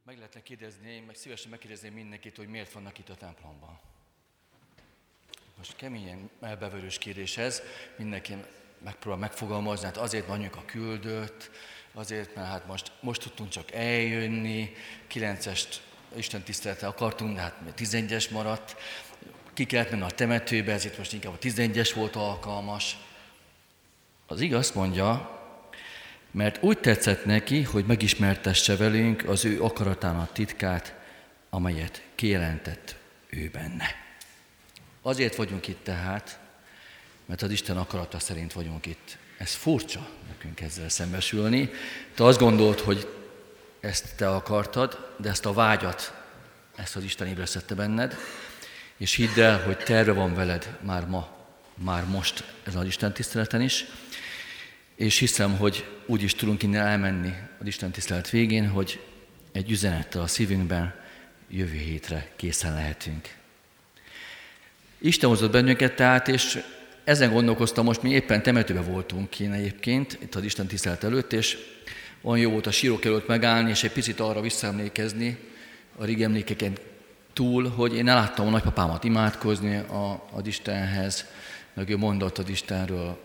Meg lehetne kérdezni, én meg szívesen megkérdezném mindenkit, hogy miért vannak itt a templomban. Most keményen elbevörős kérdés ez, mindenki megpróbál megfogalmazni, hát azért vagyunk a küldött, azért, mert hát most tudtunk csak eljönni, 9-est Isten tiszteletre akartunk, de hát 11-es maradt, ki kellett menni a temetőbe, ezért most inkább a 11-es volt alkalmas. Az igaz mondja, mert úgy tetszett neki, hogy megismertesse velünk az ő akaratának titkát, amelyet kijelentett ő benne. Azért vagyunk itt tehát, mert az Isten akarata szerint vagyunk itt. Ez furcsa nekünk ezzel szembesülni. Te azt gondolt, hogy ezt te akartad, de ezt a vágyat, ezt az Isten ébresztette benned, és hidd el, hogy terve van veled már most ezen az Isten tiszteleten is, és hiszem, hogy úgy is tudunk innen elmenni az Isten tisztelet végén, hogy egy üzenettel a szívünkben jövő hétre készen lehetünk. Isten hozott bennünket tehát, és ezen gondolkoztam, most mi éppen temetőben voltunk kint egyébként, itt az Isten tisztelet előtt, és olyan jó volt a sírok előtt megállni, és egy picit arra visszaemlékezni a régi emlékeken túl, hogy én láttam a nagypapámat imádkozni az Istenhez, meg ő mondott az Istenről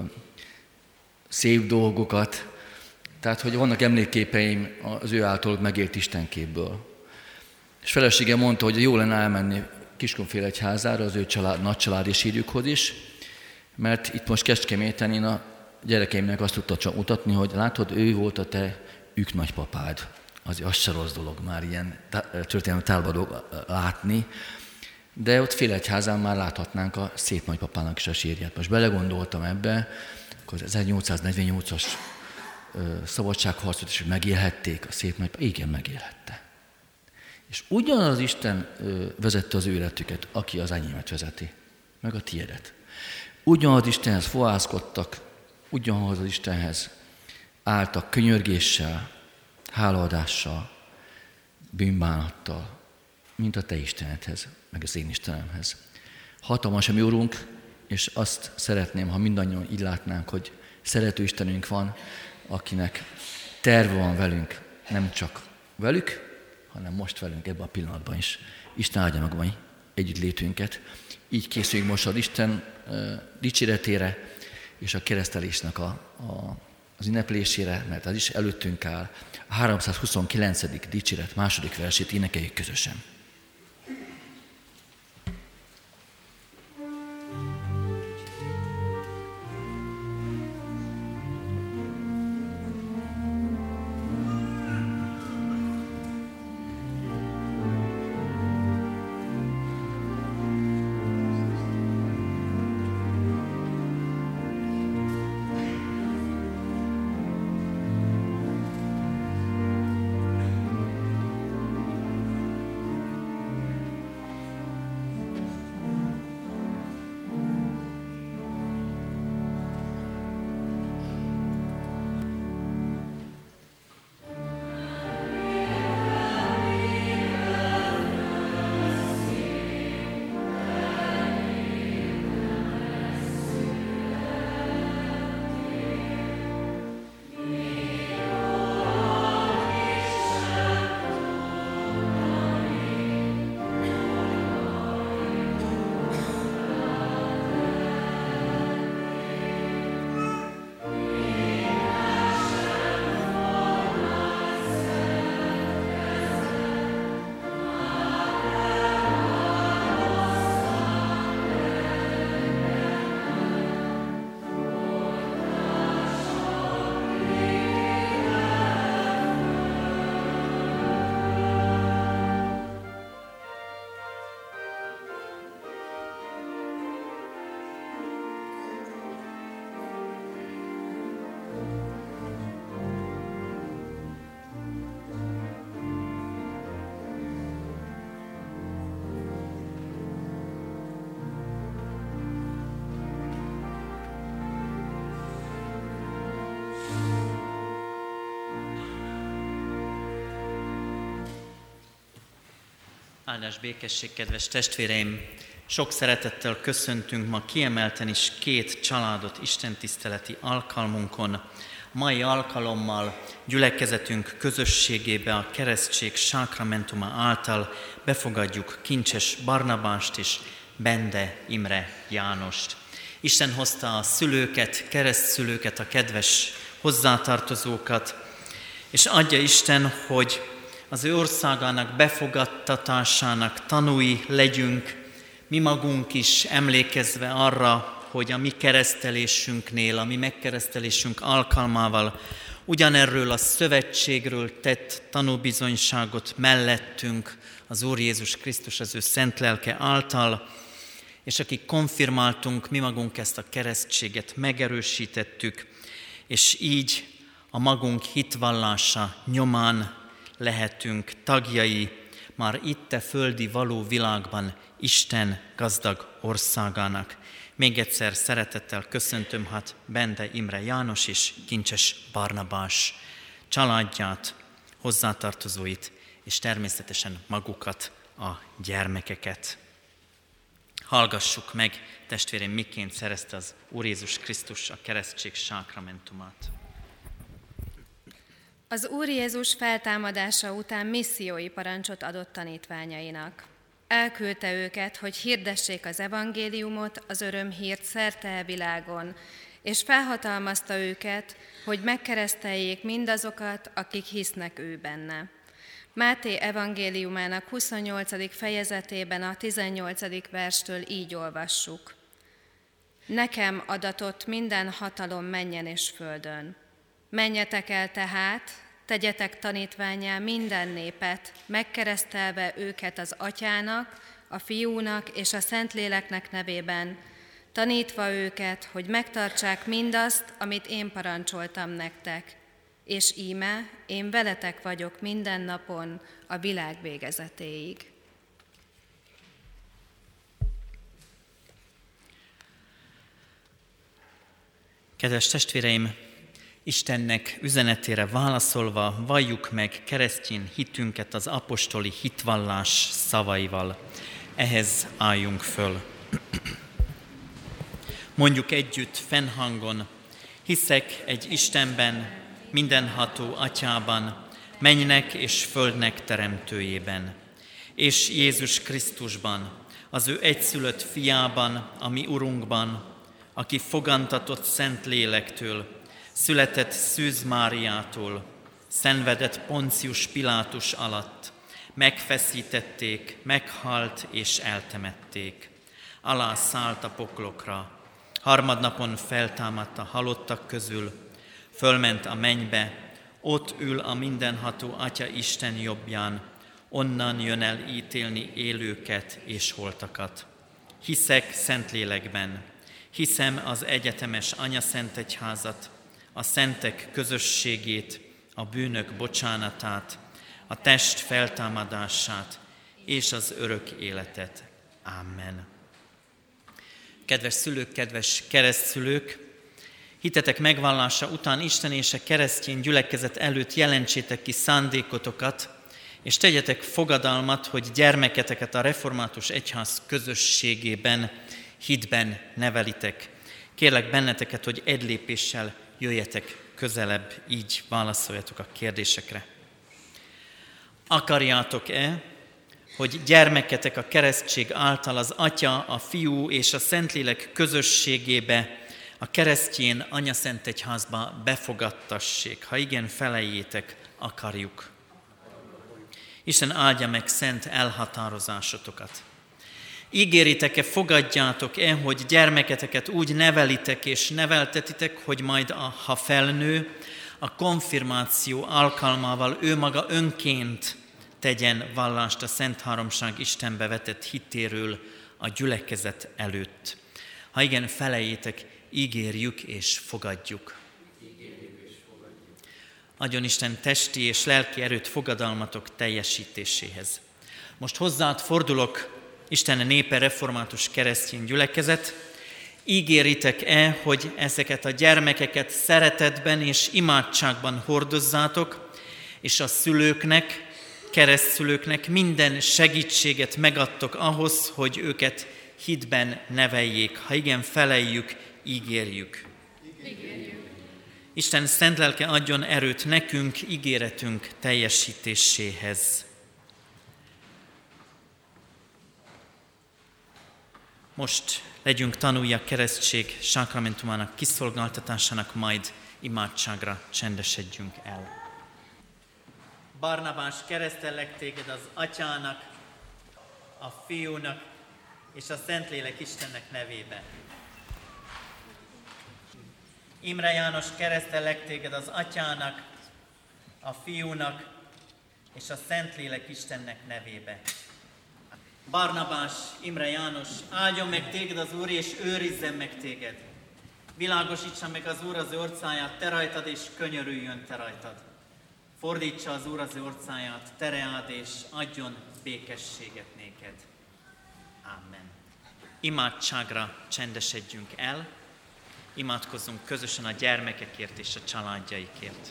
szép dolgokat, tehát hogy vannak emlékképeim az ő által megért Istenképből. És felesége mondta, hogy jó lenne elmenni Kiskunfélegyházára, az ő nagy családi sírjukhoz is, mert itt most Kecskeméten én a gyerekeimnek azt tudta mutatni, hogy látod, ő volt a te nagypapád. Az se rossz dolog már ilyen történelmi tárban látni, de ott Félegyházán már láthatnánk a szép nagypapának is a sírját. Most belegondoltam ebbe, akkor az 1848-as szabadságharcot is megélhették a szép nagypapát. Igen, megélhette. És ugyanaz Isten vezette az ő életüket, aki az enyémet vezeti, meg a tiédet. Ugyanaz Istenhez fohászkodtak, ugyanaz az Istenhez álltak könyörgéssel, hálaadással, bűnbánattal, mint a te Istenedhez, meg az én Istenemhez. Hatalmas a mi Urunk, és azt szeretném, ha mindannyian így látnánk, hogy szerető Istenünk van, akinek terve van velünk, nem csak velük, hanem most velünk ebben a pillanatban is. Isten áldja meg a mai együttlétünket. Így készüljünk most az Isten dicséretére és a keresztelésnek az ünneplésére, mert az is előttünk áll. A 329. dicséret második versét énekeljük közösen. Áldás, békesség, kedves testvéreim! Sok szeretettel köszöntünk ma kiemelten is két családot istentiszteleti alkalmunkon. mai alkalommal gyülekezetünk közösségébe a keresztség sákramentuma által befogadjuk Kincses Barnabást és Bende Imre Jánost. Isten hozta a szülőket, keresztszülőket, a kedves hozzátartozókat, és adja Isten, hogy az ő országának befogadtatásának tanúi legyünk, mi magunk is emlékezve arra, hogy a mi keresztelésünknél, a mi megkeresztelésünk alkalmával ugyanerről a szövetségről tett tanúbizonyságot mellettünk az Úr Jézus Krisztus az ő szent lelke által, és akik konfirmáltunk, mi magunk ezt a keresztséget megerősítettük, és így a magunk hitvallása nyomán lehetünk tagjai már itt a földi való világban Isten gazdag országának. Még egyszer szeretettel köszöntöm Bende Imre János és Kincses Barnabás családját, hozzátartozóit, és természetesen magukat, a gyermekeket. Hallgassuk meg, testvérem, miként szerezte az Úr Jézus Krisztus a keresztség sákramentumát. Az Úr Jézus feltámadása után missziói parancsot adott tanítványainak. Elküldte őket, hogy hirdessék az evangéliumot, az örömhírt szerte a világon, és felhatalmazta őket, hogy megkereszteljék mindazokat, akik hisznek ő benne. Máté evangéliumának 28. fejezetében a 18. verstől így olvassuk. Nekem adatott minden hatalom mennyen és földön. Menjetek el tehát, tegyetek tanítvánnyá minden népet, megkeresztelve őket az Atyának, a Fiúnak és a Szentléleknek nevében, tanítva őket, hogy megtartsák mindazt, amit én parancsoltam nektek. És íme, én veletek vagyok minden napon a világ végezetéig. Kedves testvéreim, Istennek üzenetére válaszolva valljuk meg keresztény hitünket az apostoli hitvallás szavaival. Ehhez álljunk föl. Mondjuk együtt fennhangon, hiszek egy Istenben, mindenható Atyában, mennynek és földnek teremtőjében, és Jézus Krisztusban, az ő egyszülött fiában, a mi Urunkban, aki fogantatott Szent Lélektől, született Szűz Máriától, szenvedett Poncius Pilátus alatt, megfeszítették, meghalt és eltemették. Alászállt a poklokra, harmadnapon feltámadt a halottak közül, fölment a mennybe, ott ül a mindenható Atya Isten jobbján, onnan jön el ítélni élőket és holtakat. Hiszek Szentlélekben, hiszem az egyetemes anyaszentegyházat, a szentek közösségét, a bűnök bocsánatát, a test feltámadását és az örök életet. Amen. Kedves szülők, kedves keresztszülők, hitetek megvallása után Isten és a keresztény gyülekezet előtt jelentsétek ki szándékotokat, és tegyetek fogadalmat, hogy gyermeketeket a református egyház közösségében, hitben nevelitek. Kérlek benneteket, hogy egy lépéssel jöjjetek közelebb, így válaszoljatok a kérdésekre. Akarjátok-e, hogy gyermeketek a keresztség által az Atya, a Fiú és a Szentlélek közösségébe, a keresztjén anyaszentegyházba befogadtassék? Ha igen, feleljétek, akarjuk. Isten áldja meg szent elhatározásotokat. Ígéritek-e, fogadjátok-e, hogy gyermeketeket úgy nevelitek és neveltetitek, hogy majd, ha felnő, a konfirmáció alkalmával ő maga önként tegyen vallást a Szent Háromság Istenbe vetett hitéről a gyülekezet előtt? Ha igen, feleljétek, ígérjük és fogadjuk. Adjon Isten testi és lelki erőt fogadalmatok teljesítéséhez. Most hozzád fordulok, Isten népe, református keresztény gyülekezet. Ígéritek-e, hogy ezeket a gyermekeket szeretetben és imádságban hordozzátok, és a szülőknek, keresztszülőknek minden segítséget megadtok ahhoz, hogy őket hitben neveljék? Ha igen, feleljük, ígérjük. Isten szent lelke adjon erőt nekünk ígéretünk teljesítéséhez. Most legyünk tanulni a keresztség sákramentumának kiszolgáltatásának, majd imádságra csendesedjünk el. Barnabás, keresztellek téged az Atyának, a Fiúnak és a Szentlélek Istennek nevébe. Imre János, keresztellek téged az Atyának, a Fiúnak és a Szentlélek Istennek nevébe. Barnabás, Imre János, áldjon meg téged az Úr, és őrizzen meg téged. Világosítsa meg az Úr az ő orcáját te rajtad, és könyörüljön te rajtad. Fordítsa az Úr az ő orcáját te reád, és adjon békességet néked. Amen. Imádságra csendesedjünk el, imádkozzunk közösen a gyermekekért és a családjaikért.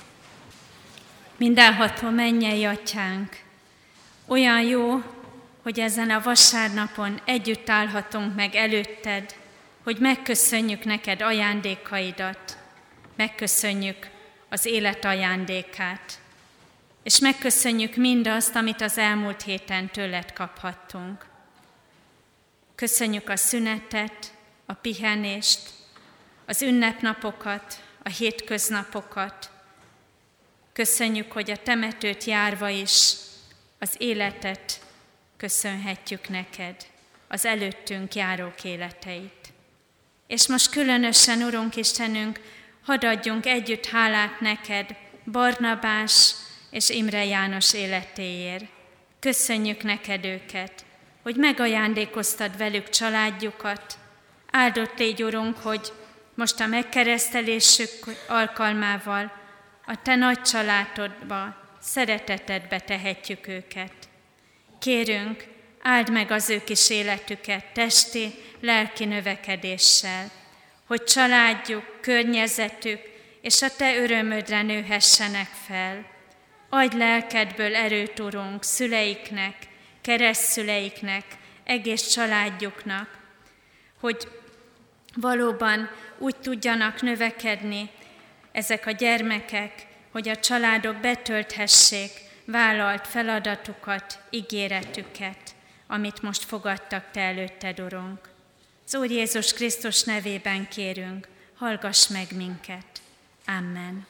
Mindenható mennyei Atyánk, olyan jó, hogy ezen a vasárnapon együtt állhatunk meg előtted, hogy megköszönjük neked ajándékaidat, megköszönjük az élet ajándékát, és megköszönjük mindazt, amit az elmúlt héten tőled kaphattunk. Köszönjük a szünetet, a pihenést, az ünnepnapokat, a hétköznapokat. Köszönjük, hogy a temetőt járva is az életet köszönhetjük neked, az előttünk járók életeit. És most különösen, Urunk Istenünk, hadd adjunk együtt hálát neked Barnabás és Imre János életéért. Köszönjük neked őket, hogy megajándékoztad velük családjukat. Áldott légy, Urunk, hogy most a megkeresztelésük alkalmával a te nagy családodba, szeretetedbe tehetjük őket. Kérünk, áld meg az ő kis életüket testi, lelki növekedéssel, hogy családjuk, környezetük és a te örömödre nőhessenek fel. Adj lelkedből erőt, Urunk, szüleiknek, keresztszüleiknek, egész családjuknak, hogy valóban úgy tudjanak növekedni ezek a gyermekek, hogy a családok betölthessék vállalt feladatukat, ígéretüket, amit most fogadtak te előtted, Urunk. Az Úr Jézus Krisztus nevében kérünk, hallgass meg minket. Amen.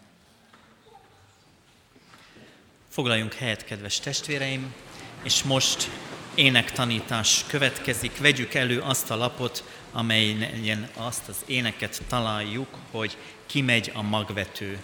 Foglaljunk helyet, kedves testvéreim, és most énektanítás következik. Vegyük elő azt a lapot, amelyen azt az éneket találjuk, hogy kimegy a magvető.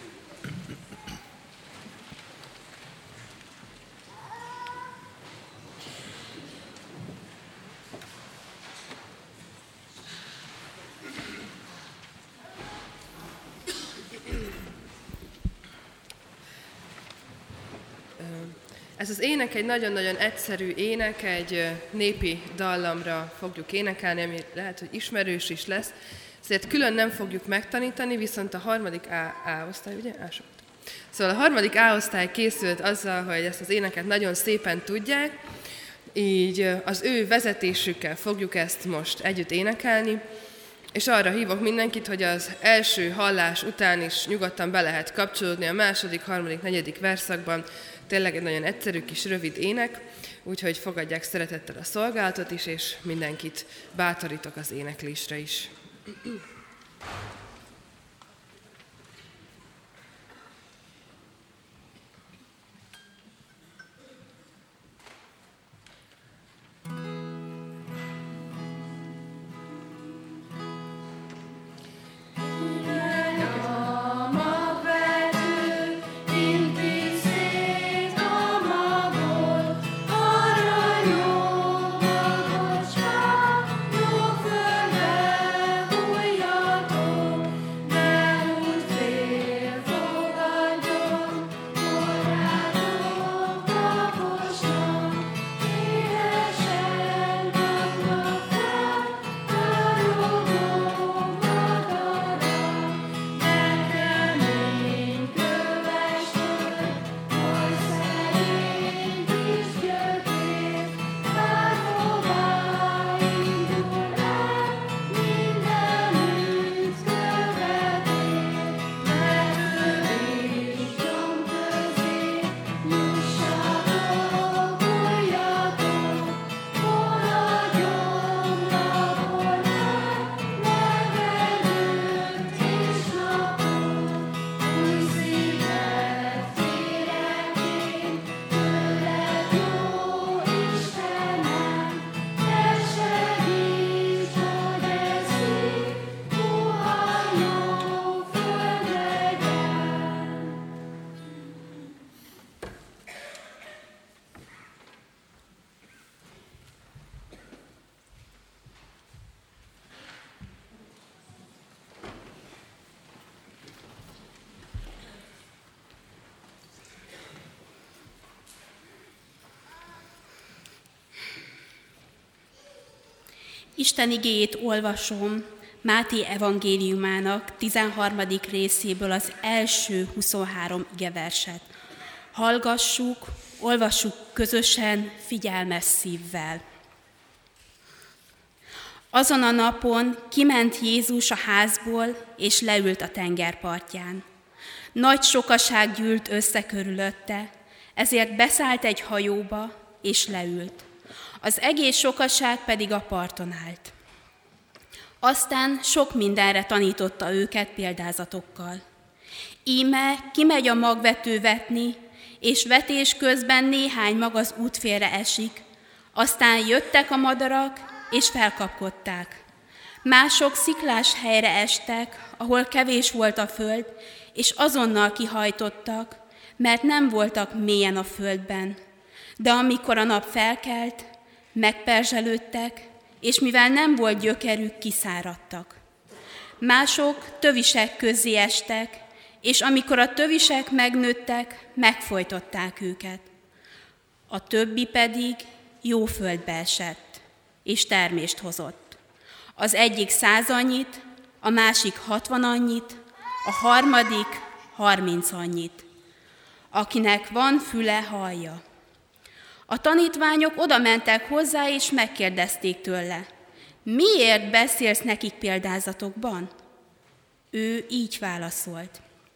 Ez az ének egy nagyon-nagyon egyszerű ének, egy népi dallamra fogjuk énekelni, ami lehet, hogy ismerős is lesz. Ezért külön nem fogjuk megtanítani, viszont a harmadik A osztály, ugye? Szóval a harmadik A osztály készült azzal, hogy ezt az éneket nagyon szépen tudják, így az ő vezetésükkel fogjuk ezt most együtt énekelni, és arra hívok mindenkit, hogy az első hallás után is nyugodtan be lehet kapcsolódni a második, harmadik, negyedik verszakban. Tényleg egy nagyon egyszerű kis rövid ének, úgyhogy fogadják szeretettel a szolgálatot is, és mindenkit bátorítok az éneklésre is. Jó földre, újjadó. Isten igéjét olvasom Máté evangéliumának 13. részéből az első 23 igeverset. Hallgassuk, olvassuk közösen, figyelmes szívvel. Azon a napon kiment Jézus a házból, és leült a tengerpartján. Nagy sokaság gyűlt össze körülötte, ezért beszállt egy hajóba, és leült. Az egész sokaság pedig a parton állt. Aztán sok mindenre tanította őket példázatokkal. Íme kimegy a magvető vetni, és vetés közben néhány mag az útfélre esik, aztán jöttek a madarak, és felkapkodták. Mások sziklás helyre estek, ahol kevés volt a föld, és azonnal kihajtottak, mert nem voltak mélyen a földben. De amikor a nap felkelt, megperzselődtek, és mivel nem volt gyökerük, kiszáradtak. Mások tövisek közé estek, és amikor a tövisek megnőttek, megfojtották őket. A többi pedig jó földbe esett, és termést hozott. Az egyik 100 annyit, a másik 60 annyit, a harmadik 30 annyit. Akinek van füle, hallja. A tanítványok odamentek hozzá, és megkérdezték tőle, miért beszélsz nekik példázatokban? Ő így válaszolt.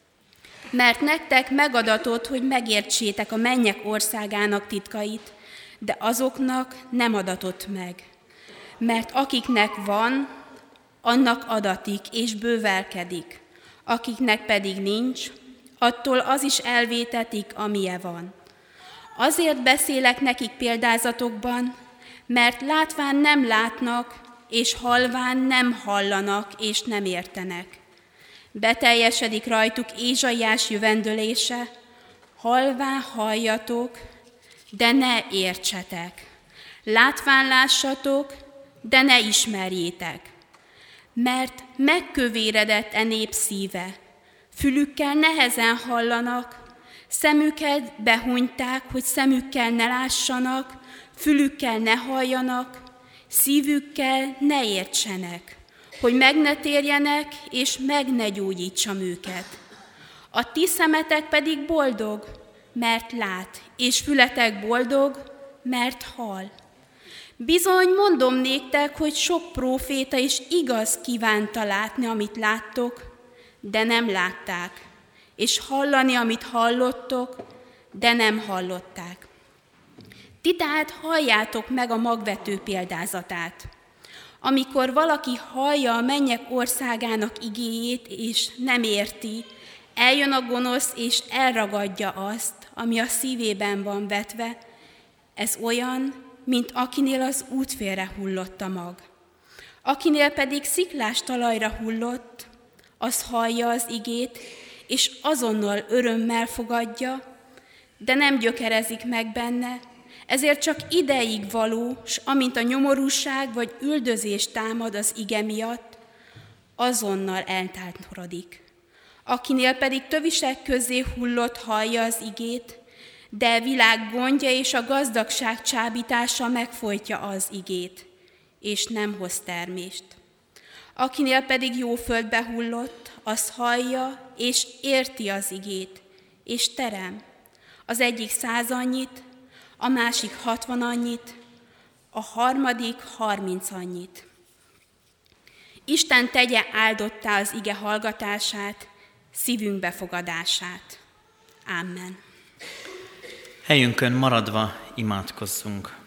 Mert nektek megadatott, hogy megértsétek a mennyek országának titkait, de azoknak nem adatott meg. Mert akiknek van, annak adatik és bővelkedik, akiknek pedig nincs, attól az is elvétetik, amilyen van. Azért beszélek nekik példázatokban, mert látván nem látnak, és hallván nem hallanak, és nem értenek. Beteljesedik rajtuk Ézsaiás jövendölése, hallván halljatok, de ne értsetek. Látván lássatok, de ne ismerjétek. Mert megkövéredett e nép szíve, fülükkel nehezen hallanak, szemüket behunyták, hogy szemükkel ne lássanak, fülükkel ne halljanak, szívükkel ne értsenek, hogy meg ne térjenek, és meg ne gyógyítsam őket. A ti szemetek pedig boldog, mert lát, és fületek boldog, mert hall. Bizony mondom néktek, hogy sok próféta és igaz kívánta látni, amit láttok, de nem látták, és hallani, amit hallottok, de nem hallották. Ti tehát halljátok meg a magvető példázatát. Amikor valaki hallja a mennyek országának igéjét, és nem érti, eljön a gonosz, és elragadja azt, ami a szívében van vetve. Ez olyan, mint akinél az útfélre hullott a mag. Akinél pedig sziklás talajra hullott, az hallja az igét, és azonnal örömmel fogadja, de nem gyökerezik meg benne, ezért csak ideig való, s amint a nyomorúság vagy üldözés támad az ige miatt, azonnal eltántorodik. Akinél pedig tövisek közé hullott, hallja az igét, de világ gondja és a gazdagság csábítása megfojtja az igét, és nem hoz termést. Akinél pedig jó földbe hullott, az hallja, és érti az igét, és terem. Az egyik 100 annyit, a másik 60 annyit, a harmadik 30 annyit. Isten tegye áldottá az ige hallgatását, szívünk befogadását. Amen. Helyünkön maradva imádkozzunk.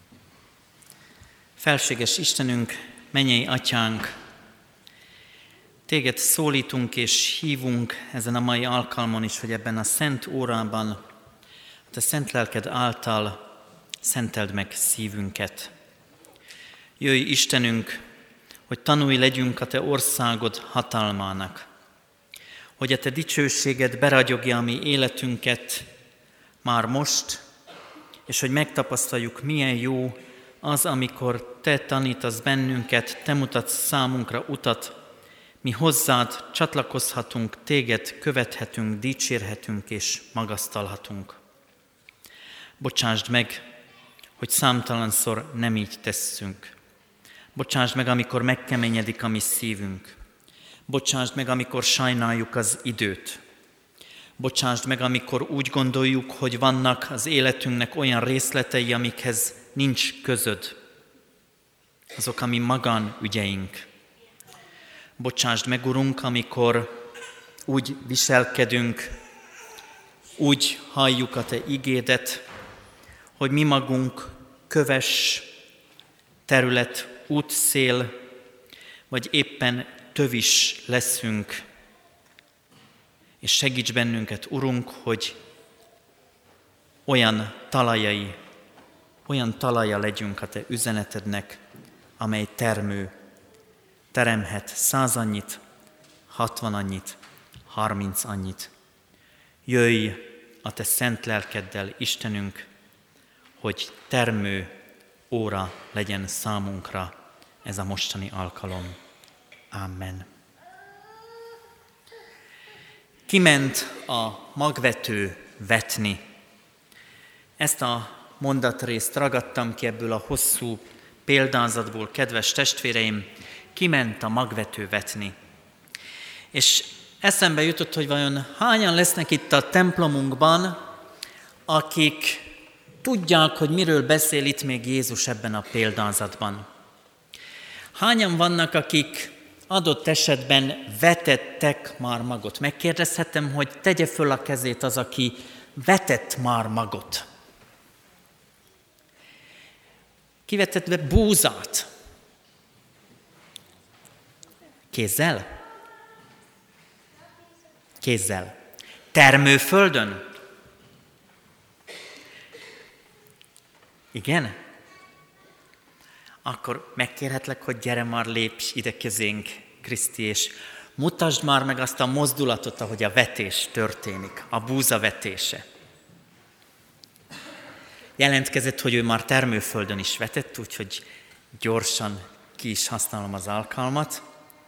Felséges Istenünk, mennyei Atyánk, Téged szólítunk és hívunk ezen a mai alkalmon is, hogy ebben a szent órában a Te szent lelked által szenteld meg szívünket. Jöjj Istenünk, hogy tanulj legyünk a Te országod hatalmának, hogy a Te dicsőséged beragyogja a mi életünket már most, és hogy megtapasztaljuk, milyen jó az, amikor Te tanítasz bennünket, Te mutatsz számunkra utat, mi hozzád csatlakozhatunk, Téged követhetünk, dicsérhetünk és magasztalhatunk. Bocsásd meg, hogy számtalanszor nem így tesszünk. Bocsásd meg, amikor megkeményedik a mi szívünk. Bocsásd meg, amikor sajnáljuk az időt. Bocsásd meg, amikor úgy gondoljuk, hogy vannak az életünknek olyan részletei, amikhez nincs közöd. Azok a mi magánügyeink. Bocsásd meg, Urunk, amikor úgy viselkedünk, úgy halljuk a Te igédet, hogy mi magunk köves terület, útszél, vagy éppen tövis leszünk. És segíts bennünket, Urunk, hogy olyan talaja legyünk a Te üzenetednek, amely teremhet 100 annyit, 60 annyit, 30 annyit. Jöjj a Te szent lelkeddel, Istenünk, hogy termő óra legyen számunkra ez a mostani alkalom. Amen. Kiment a magvető vetni. Ezt a mondatrészt ragadtam ki ebből a hosszú példázatból, kedves testvéreim, kiment a magvető vetni. És eszembe jutott, hogy vajon hányan lesznek itt a templomunkban, akik tudják, hogy miről beszél itt még Jézus ebben a példázatban. Hányan vannak, akik adott esetben vetettek már magot? Megkérdezhetem, hogy tegye föl a kezét az, aki vetett már magot. Ki vetett be búzát? Kézzel? Kézzel. Termőföldön? Igen? Akkor megkérhetlek, hogy gyere már, lépj ide közénk, Kriszti, és mutasd már meg azt a mozdulatot, ahogy a vetés történik, a búza vetése. Jelentkezett, hogy ő már termőföldön is vetett, úgyhogy gyorsan ki is használom az alkalmat.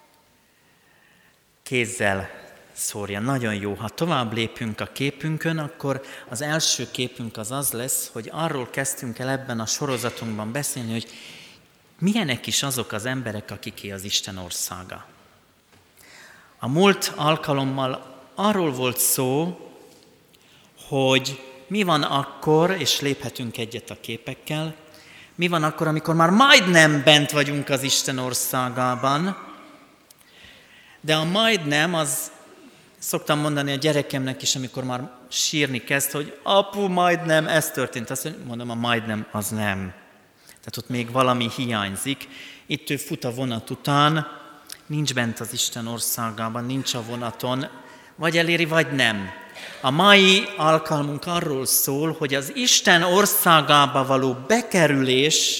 Kézzel szórja. Nagyon jó. Ha tovább lépünk a képünkön, akkor az első képünk az lesz, hogy arról kezdtünk el ebben a sorozatunkban beszélni, hogy milyenek is azok az emberek, akiké az Isten országa. A múlt alkalommal arról volt szó, hogy mi van akkor, és léphetünk egyet a képekkel, mi van akkor, amikor már majdnem bent vagyunk az Isten országában, de a majdnem, az szoktam mondani a gyerekemnek is, amikor már sírni kezd, hogy apu, majdnem ez történt. Azt mondom, a majdnem az nem. Tehát ott még valami hiányzik. Itt ő fut a vonat után, nincs bent az Isten országában, nincs a vonaton, vagy eléri, vagy nem. A mai alkalmunk arról szól, hogy az Isten országába való bekerülés,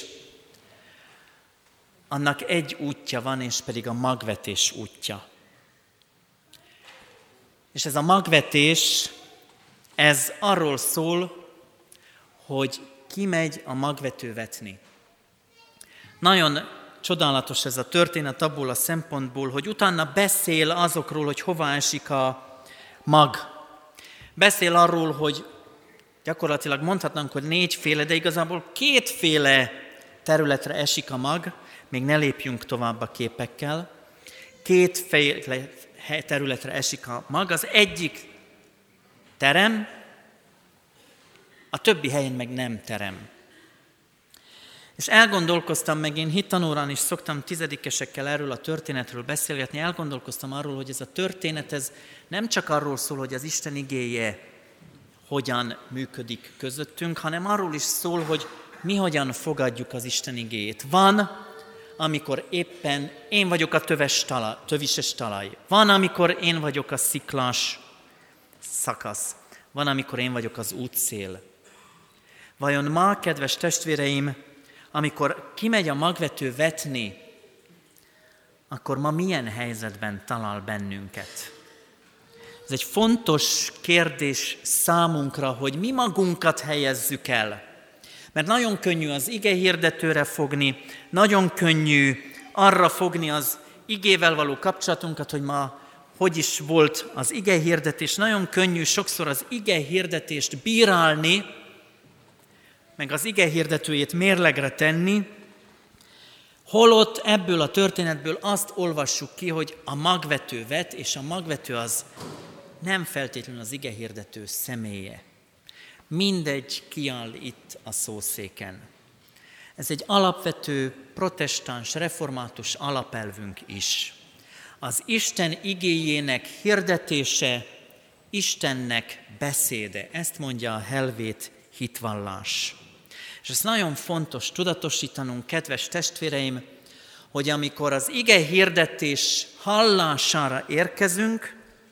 annak egy útja van, és pedig a magvetés útja. És ez a magvetés, ez arról szól, hogy kimegy a magvető vetni. Nagyon csodálatos ez a történet abból a szempontból, hogy utána beszél azokról, hogy hova esik a mag. Beszél arról, hogy gyakorlatilag mondhatnánk, hogy 4 féle, de igazából 2 féle területre esik a mag, még ne lépjünk tovább a képekkel. 2 féle területre esik a mag, az egyik terem, a többi helyen meg nem terem. És elgondolkoztam meg, én hittanórán is szoktam 10-esekkel erről a történetről beszélgetni, elgondolkoztam arról, hogy ez a történet ez nem csak arról szól, hogy az Isten igéje hogyan működik közöttünk, hanem arról is szól, hogy mi hogyan fogadjuk az Isten igéjét. Van, amikor éppen én vagyok a tövises talaj. Van, amikor én vagyok a sziklás szakasz. Van, amikor én vagyok az útszél. Vajon ma, kedves testvéreim, amikor kimegy a magvető vetni, akkor ma milyen helyzetben talál bennünket? Ez egy fontos kérdés számunkra, hogy mi magunkat helyezzük el. Mert nagyon könnyű az ige hirdetőre fogni, nagyon könnyű arra fogni az igével való kapcsolatunkat, hogy ma hogy is volt az ige hirdetés. Nagyon könnyű sokszor az ige hirdetést bírálni, meg az ige hirdetőjét mérlegre tenni, Holott ebből a történetből azt olvassuk ki, hogy a magvető vet, és a magvető az nem feltétlenül az igehirdető személye. Mindegy kiáll itt a szószéken. Ez egy alapvető protestáns, református alapelvünk is. Az Isten igéjének hirdetése, Istennek beszéde. Ezt mondja a helvét hitvallás. És ez nagyon fontos tudatosítanunk, kedves testvéreim, hogy amikor az ige hirdetés hallására érkezünk,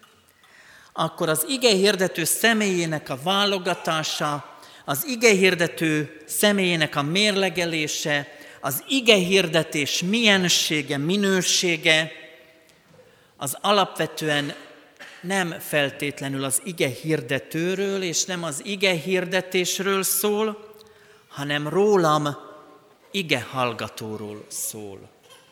akkor az ige hirdető személyének a válogatása, az ige hirdető személyének a mérlegelése, az ige hirdetés miensége, minősége, az alapvetően nem feltétlenül az ige hirdetőről és nem az ige hirdetésről szól, hanem rólam, ige hallgatóról szól.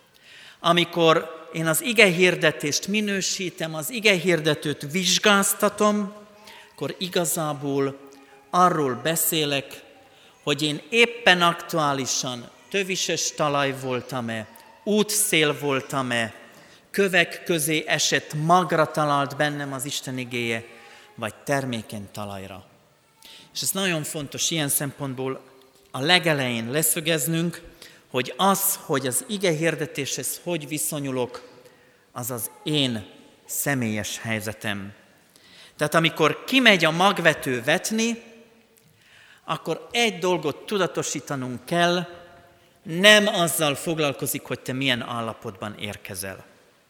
Amikor én az ige hirdetést minősítem, az ige hirdetőt vizsgáztatom, akkor igazából arról beszélek, hogy én éppen aktuálisan tövises talaj voltam-e, útszél voltam-e, kövek közé esett, magra talált bennem az Isten igéje, vagy termékeny talajra. És ez nagyon fontos ilyen szempontból a legelején leszögeznünk, hogy az, hogy az ige hirdetéshez hogy viszonyulok, az az én személyes helyzetem. Tehát amikor kimegy a magvető vetni, akkor egy dolgot tudatosítanunk kell, nem azzal foglalkozik, hogy te milyen állapotban érkezel.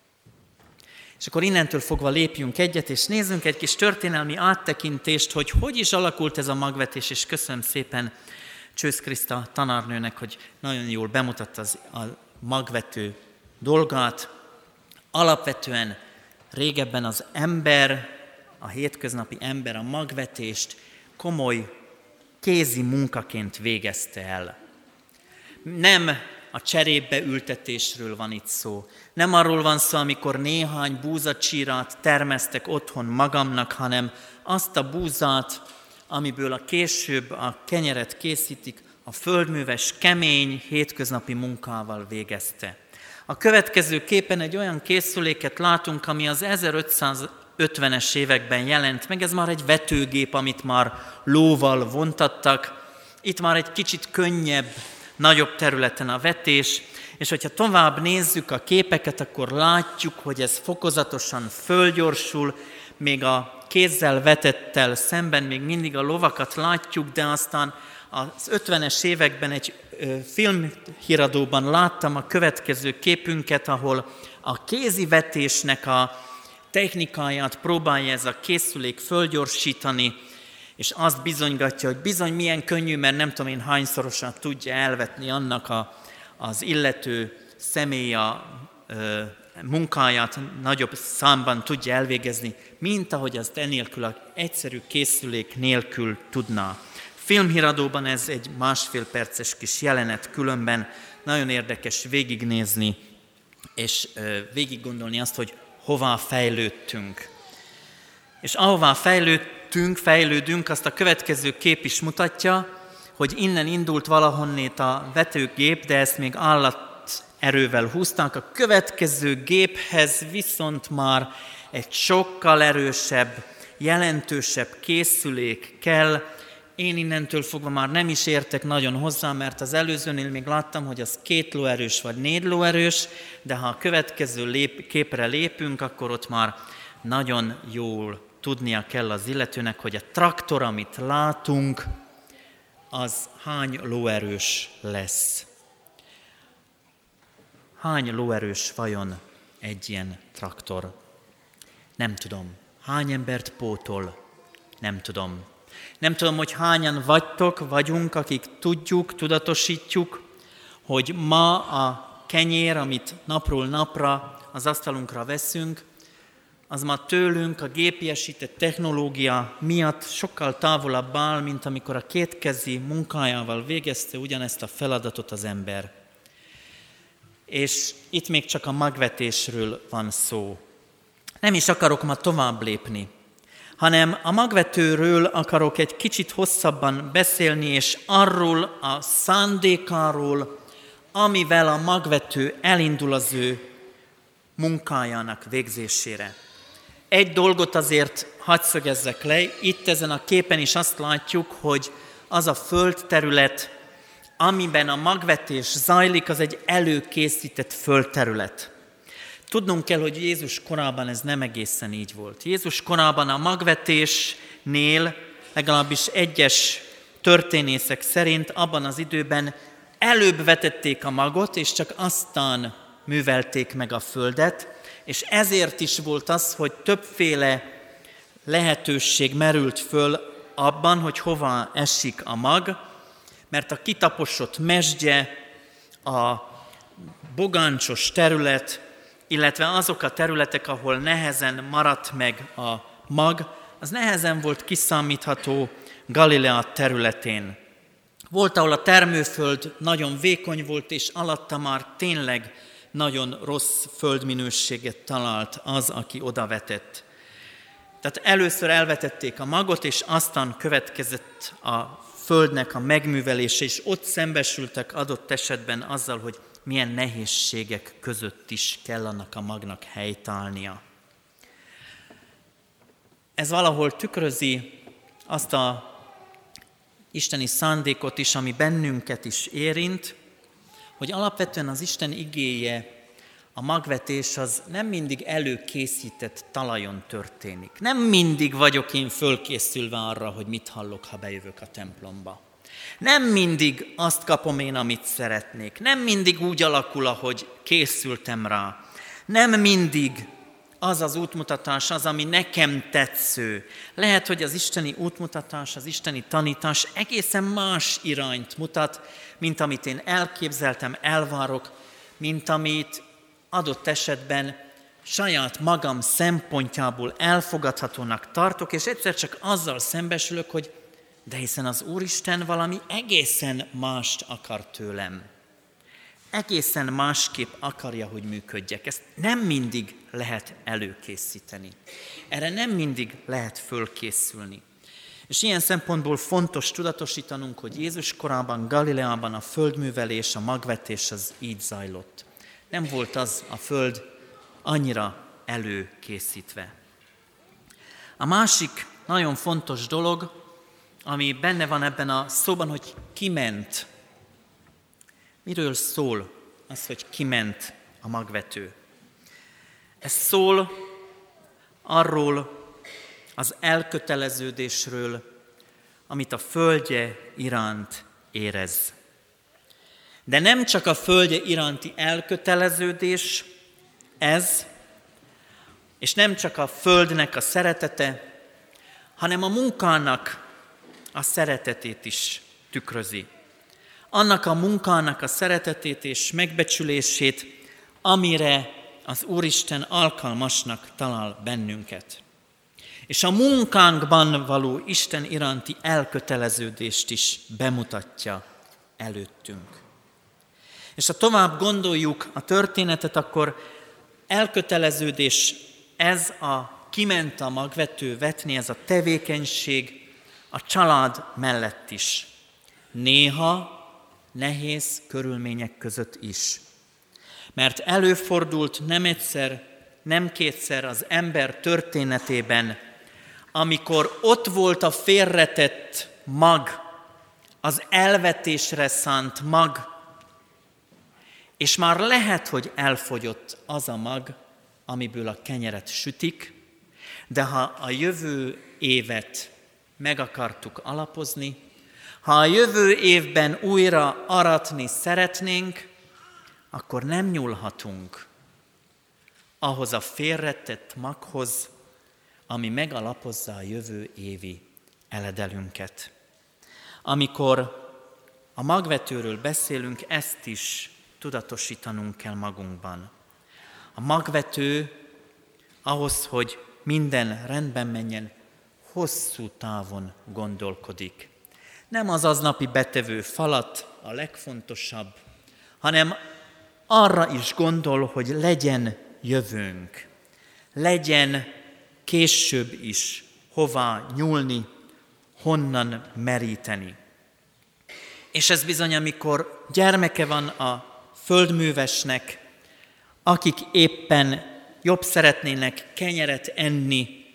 És akkor innentől fogva lépjünk egyet, és nézzünk egy kis történelmi áttekintést, hogy is alakult ez a magvetés, és köszönöm szépen Csősz Kriszta tanárnőnek, hogy nagyon jól bemutatta a magvető dolgát. Alapvetően régebben az ember, a hétköznapi ember a magvetést komoly kézi munkaként végezte el. Nem a cserépbe ültetésről van itt szó. Nem arról van szó, amikor néhány búzacsírát termesztek otthon magamnak, hanem azt a búzát, amiből a később a kenyeret készítik, a földműves, kemény, hétköznapi munkával végezte. A következő képen egy olyan készüléket látunk, ami az 1550-es években jelent meg. Ez már egy vetőgép, amit már lóval vontattak. Itt már egy kicsit könnyebb, nagyobb területen a vetés, és hogyha tovább nézzük a képeket, akkor látjuk, hogy ez fokozatosan fölgyorsul, még a kézzel vetettel szemben még mindig a lovakat látjuk, de aztán az 50-es években egy filmhíradóban láttam a következő képünket, ahol a kézi vetésnek a technikáját próbálja ez a készülék fölgyorsítani, és azt bizonygatja, hogy bizony milyen könnyű, mert nem tudom én hányszorosan tudja elvetni annak az illető személy a munkáját nagyobb számban tudja elvégezni, mint ahogy azt enélkül az egyszerű készülék nélkül tudná. Filmhíradóban ez egy 1,5 perces kis jelenet, különben nagyon érdekes végignézni, és végiggondolni azt, hogy hová fejlődtünk. És ahová fejlődünk, azt a következő kép is mutatja, hogy innen indult valahonnét a vetőgép, de ezt még állaterővel húzták. A következő géphez viszont már egy sokkal erősebb, jelentősebb készülék kell. Én innentől fogva már nem is értek nagyon hozzá, mert az előzőnél még láttam, hogy az 2 lóerős vagy 4 lóerős, de ha a következő képre lépünk, akkor ott már nagyon jól tudnia kell az illetőnek, hogy a traktor, amit látunk, az hány lóerős lesz. Hány lóerős vajon egy ilyen traktor? Nem tudom. Hány embert pótol? Nem tudom. Nem tudom, hogy hányan vagyunk, akik tudjuk, tudatosítjuk, hogy ma a kenyér, amit napról napra az asztalunkra veszünk, az ma tőlünk a gépiesített technológia miatt sokkal távolabb áll, mint amikor a kétkezi munkájával végezte ugyanezt a feladatot az ember. És itt még csak a magvetésről van szó. Nem is akarok ma tovább lépni, hanem a magvetőről akarok egy kicsit hosszabban beszélni, és arról a szándékáról, amivel a magvető elindul az ő munkájának végzésére. Egy dolgot azért hadd szögezzek le, itt ezen a képen is azt látjuk, hogy az a földterület, amiben a magvetés zajlik, az egy előkészített földterület. Tudnunk kell, hogy Jézus korában ez nem egészen így volt. Jézus korában a magvetésnél, legalábbis egyes történészek szerint abban az időben előbb vetették a magot, és csak aztán művelték meg a földet, és ezért is volt az, hogy többféle lehetőség merült föl abban, hogy hova esik a mag, mert a kitaposott mezsdje, a bogáncsos terület, illetve azok a területek, ahol nehezen maradt meg a mag, az nehezen volt kiszámítható Galilea területén. Volt, ahol a termőföld nagyon vékony volt, és alatta már tényleg nagyon rossz földminőséget talált az, aki odavetett. Tehát először elvetették a magot, és aztán következett a földnek a megművelése, és ott szembesültek adott esetben azzal, hogy milyen nehézségek között is kell annak a magnak helytállnia. Ez valahol tükrözi azt a isteni szándékot is, ami bennünket is érint, hogy alapvetően az Isten igéje, a magvetés az nem mindig előkészített talajon történik. Nem mindig vagyok én fölkészülve arra, hogy mit hallok, ha bejövök a templomba. Nem mindig azt kapom én, amit szeretnék. Nem mindig úgy alakul, ahogy készültem rá. Nem mindig az az útmutatás az, ami nekem tetsző. Lehet, hogy az isteni útmutatás, az isteni tanítás egészen más irányt mutat, mint amit én elképzeltem, elvárok, mint amit adott esetben saját magam szempontjából elfogadhatónak tartok, és egyszer csak azzal szembesülök, hogy de hiszen az Úristen valami egészen mást akar tőlem. Egészen másképp akarja, hogy működjek. Ezt nem mindig lehet előkészíteni. Erre nem mindig lehet fölkészülni. És ilyen szempontból fontos tudatosítanunk, hogy Jézus korában, Galileában a földművelés, a magvetés az így zajlott. Nem volt az a föld annyira előkészítve. A másik nagyon fontos dolog, ami benne van ebben a szóban, hogy kiment. Miről szól az, hogy kiment a magvető? Ez szól arról az elköteleződésről, amit a földje iránt érez. De nem csak a földje iránti elköteleződés ez, és nem csak a földnek a szeretete, hanem a munkának a szeretetét is tükrözi. Annak a munkának a szeretetét és megbecsülését, amire az Úristen alkalmasnak talál bennünket. És a munkánkban való Isten iránti elköteleződést is bemutatja előttünk. És ha tovább gondoljuk a történetet, akkor elköteleződés ez a kiment a magvető vetni, ez a tevékenység a család mellett is. Néha nehéz körülmények között is. Mert előfordult nem egyszer, nem kétszer az ember történetében, amikor ott volt a félretett mag, az elvetésre szánt mag, és már lehet, hogy elfogyott az a mag, amiből a kenyeret sütik, de ha a jövő évet meg akartuk alapozni, ha a jövő évben újra aratni szeretnénk, akkor nem nyúlhatunk ahhoz a félretett maghoz, ami megalapozza a jövő évi eledelünket. Amikor a magvetőről beszélünk, ezt is tudatosítanunk kell magunkban. A magvető ahhoz, hogy minden rendben menjen, hosszú távon gondolkodik. Nem az aznapi betevő falat a legfontosabb, hanem arra is gondol, hogy legyen jövőnk, legyen később is hová nyúlni, honnan meríteni. És ez bizony, amikor gyermeke van a földművesnek, akik éppen jobb szeretnének kenyeret enni,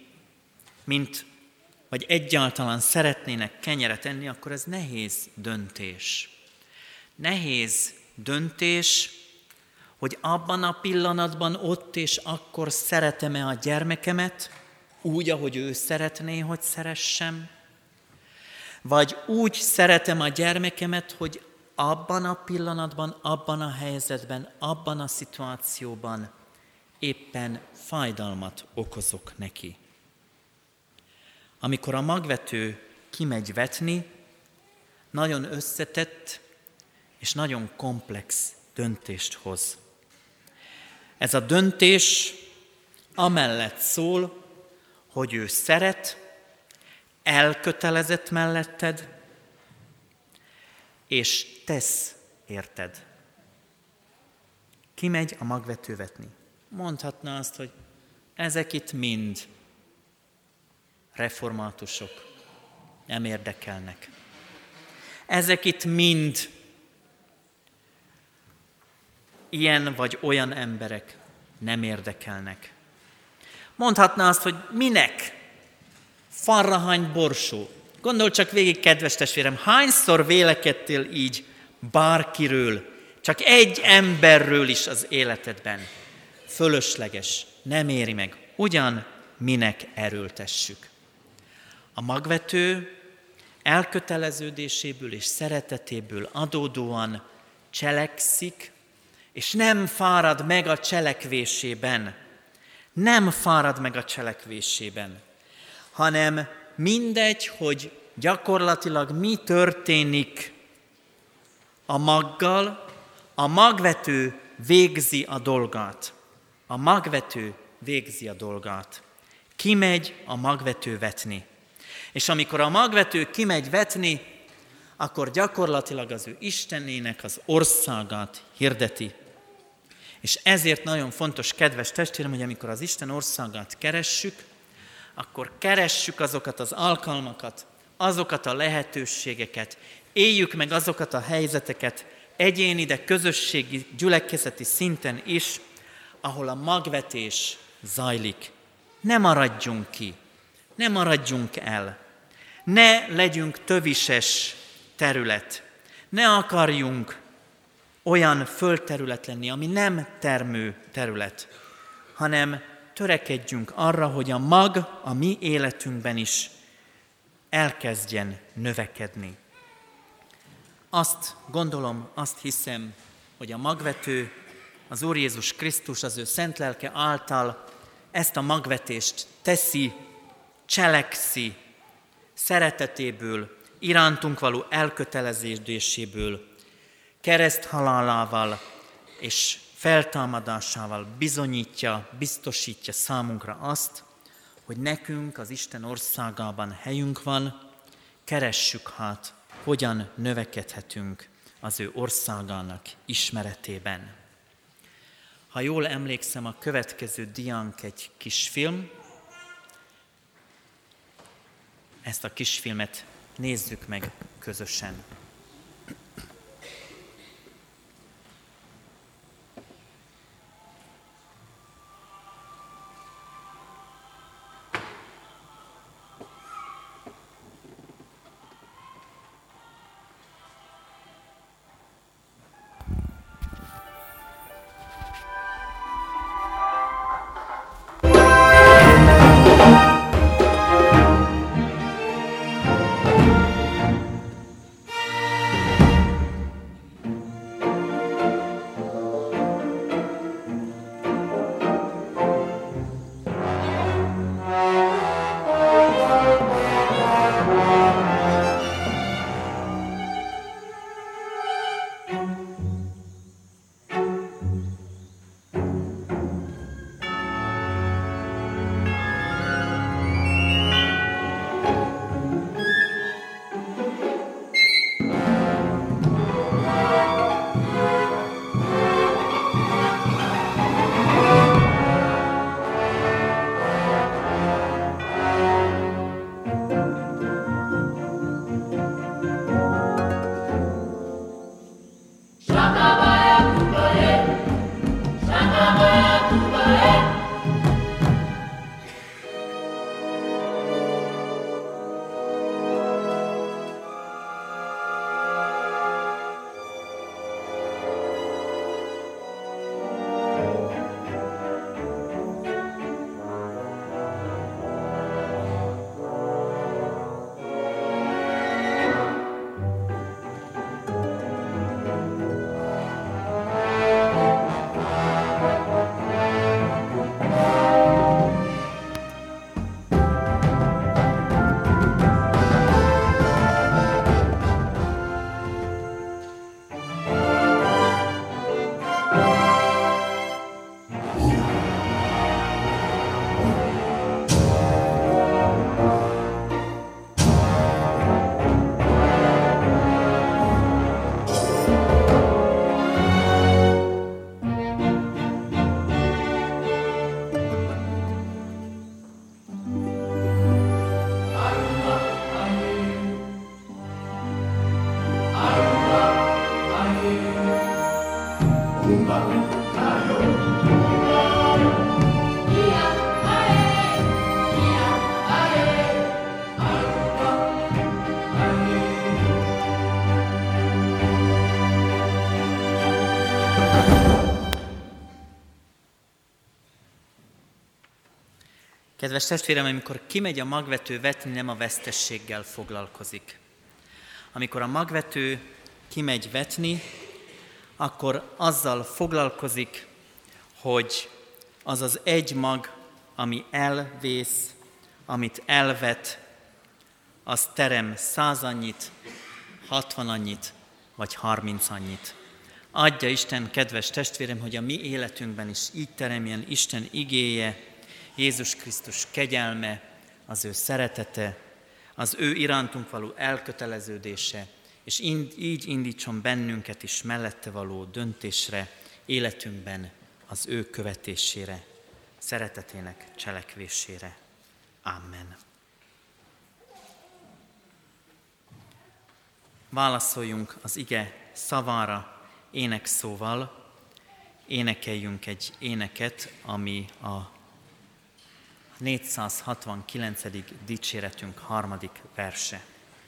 vagy egyáltalán szeretnének kenyeret enni, akkor ez nehéz döntés. Nehéz döntés, hogy abban a pillanatban ott és akkor szeretem-e a gyermekemet, úgy, ahogy ő szeretné, hogy szeressem, vagy úgy szeretem a gyermekemet, hogy abban a pillanatban, abban a helyzetben, abban a szituációban éppen fájdalmat okozok neki. Amikor a magvető kimegy vetni, nagyon összetett és nagyon komplex döntést hoz. Ez a döntés amellett szól, hogy ő szeret, elkötelezett melletted, és tesz érted. Kimegy a magvető vetni. Mondhatná azt, hogy ezek itt mind reformátusok, nem érdekelnek. Ezek itt mind ilyen vagy olyan emberek, nem érdekelnek. Mondhatná azt, hogy minek? Farrahány borsó. Gondolj csak végig, kedves testvérem, hányszor vélekedtél így bárkiről, csak egy emberről is az életedben. Fölösleges, nem éri meg. Ugyan minek erőltessük. A magvető elköteleződéséből és szeretetéből adódóan cselekszik, és nem fárad meg a cselekvésében. Nem fárad meg a cselekvésében, hanem mindegy, hogy gyakorlatilag mi történik a maggal, a magvető végzi a dolgát. A magvető végzi a dolgát. Kimegy a magvető vetni. És amikor a magvető kimegy vetni, akkor gyakorlatilag az ő Istenének az országát hirdeti. És ezért nagyon fontos, kedves testvérem, hogy amikor az Isten országát keressük, akkor keressük azokat az alkalmakat, azokat a lehetőségeket, éljük meg azokat a helyzeteket egyéni, de közösségi, gyülekezeti szinten is, ahol a magvetés zajlik. Ne maradjunk ki, ne maradjunk el, ne legyünk tövises terület, ne akarjunk olyan földterület lenni, ami nem termő terület, hanem törekedjünk arra, hogy a mag a mi életünkben is elkezdjen növekedni. Azt gondolom, azt hiszem, hogy a magvető, az Úr Jézus Krisztus az ő szent lelke által ezt a magvetést teszi, cselekszi, szeretetéből, irántunk való elköteleződéséből, kereszthalálával és feltámadásával bizonyítja, biztosítja számunkra azt, hogy nekünk az Isten országában helyünk van, keressük hát, hogyan növekedhetünk az ő országának ismeretében. Ha jól emlékszem, a következő diánk egy kisfilm. Ezt a kisfilmet nézzük meg közösen. Kedves testvérem, amikor kimegy a magvető vetni, nem a vesztességgel foglalkozik. Amikor a magvető kimegy vetni, akkor azzal foglalkozik, hogy az az egy mag, ami elvész, amit elvet, az terem 100 annyit, 60 annyit, vagy 30 annyit. Adja Isten, kedves testvérem, hogy a mi életünkben is így teremjen Isten igéje, Jézus Krisztus kegyelme, az ő szeretete, az ő irántunk való elköteleződése, és így indítson bennünket is mellette való döntésre, életünkben az ő követésére, szeretetének cselekvésére. Amen. Válaszoljunk az ige szavára énekszóval, énekeljünk egy éneket, ami a 469. dicséretünk 3. verse.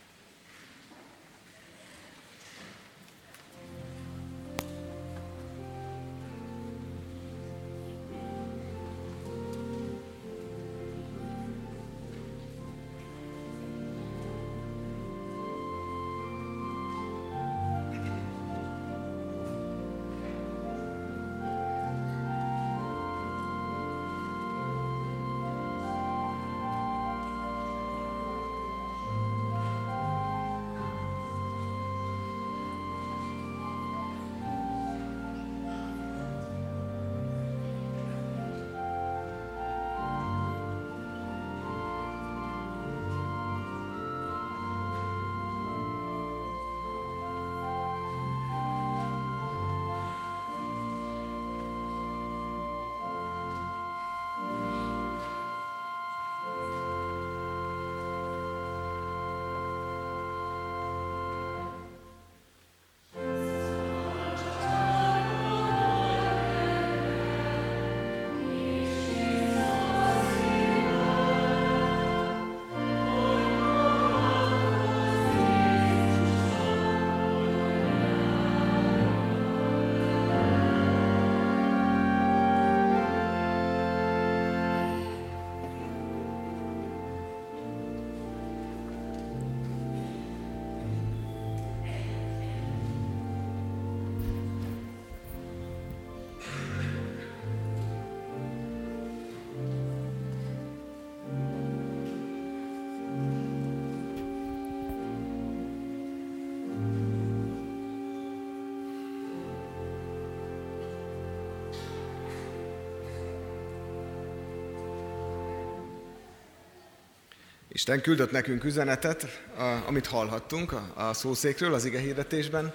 Isten küldött nekünk üzenetet, amit hallhattunk a szószékről, az igehirdetésben,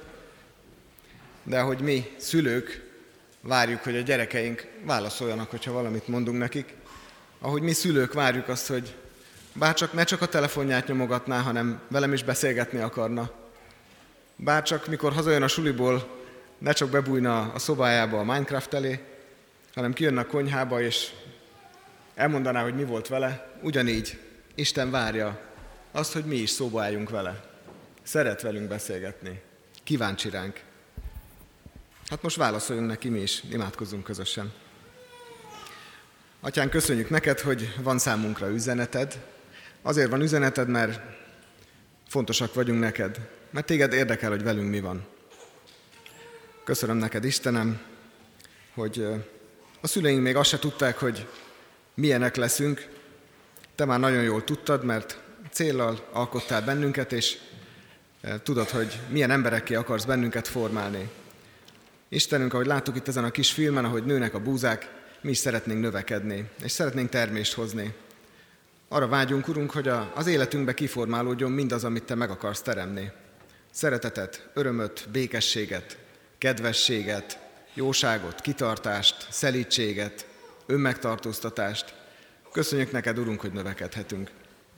de hogy mi szülők várjuk, hogy a gyerekeink válaszoljanak, hogyha valamit mondunk nekik, ahogy mi szülők várjuk azt, hogy bárcsak ne csak a telefonját nyomogatná, hanem velem is beszélgetni akarna, bárcsak mikor hazajön a suliból, ne csak bebújna a szobájába a Minecraft elé, hanem kijönne a konyhába és elmondaná, hogy mi volt vele, ugyanígy Isten várja azt, hogy mi is szóba álljunk vele. Szeret velünk beszélgetni. Kíváncsi ránk. Hát most válaszoljunk neki mi is, imádkozzunk közösen. Atyánk, köszönjük neked, hogy van számunkra üzeneted. Azért van üzeneted, mert fontosak vagyunk neked. Mert téged érdekel, hogy velünk mi van. Köszönöm neked, Istenem, hogy a szüleink még azt se tudták, hogy milyenek leszünk. Te már nagyon jól tudtad, mert céllal alkottál bennünket, és tudod, hogy milyen emberekké akarsz bennünket formálni. Istenünk, ahogy láttuk itt ezen a kis filmen, ahogy nőnek a búzák, mi is szeretnénk növekedni, és szeretnénk termést hozni. Arra vágyunk, Urunk, hogy az életünkbe kiformálódjon mindaz, amit Te meg akarsz teremni. Szeretetet, örömöt, békességet, kedvességet, jóságot, kitartást, szelídséget, önmegtartóztatást. Köszönjük neked, Urunk, hogy növekedhetünk.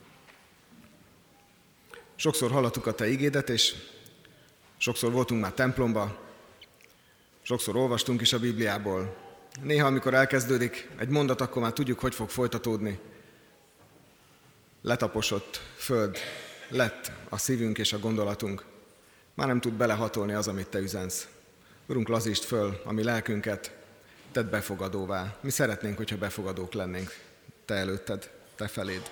Sokszor hallottuk a Te igédet, és sokszor voltunk már templomba, sokszor olvastunk is a Bibliából. Néha, amikor elkezdődik egy mondat, akkor már tudjuk, hogy fog folytatódni. Letaposott föld lett a szívünk és a gondolatunk. Már nem tud belehatolni az, amit Te üzensz. Urunk, lazítsd föl a mi lelkünket, tedd befogadóvá. Mi szeretnénk, hogyha befogadók lennénk Te előtted, Te feléd.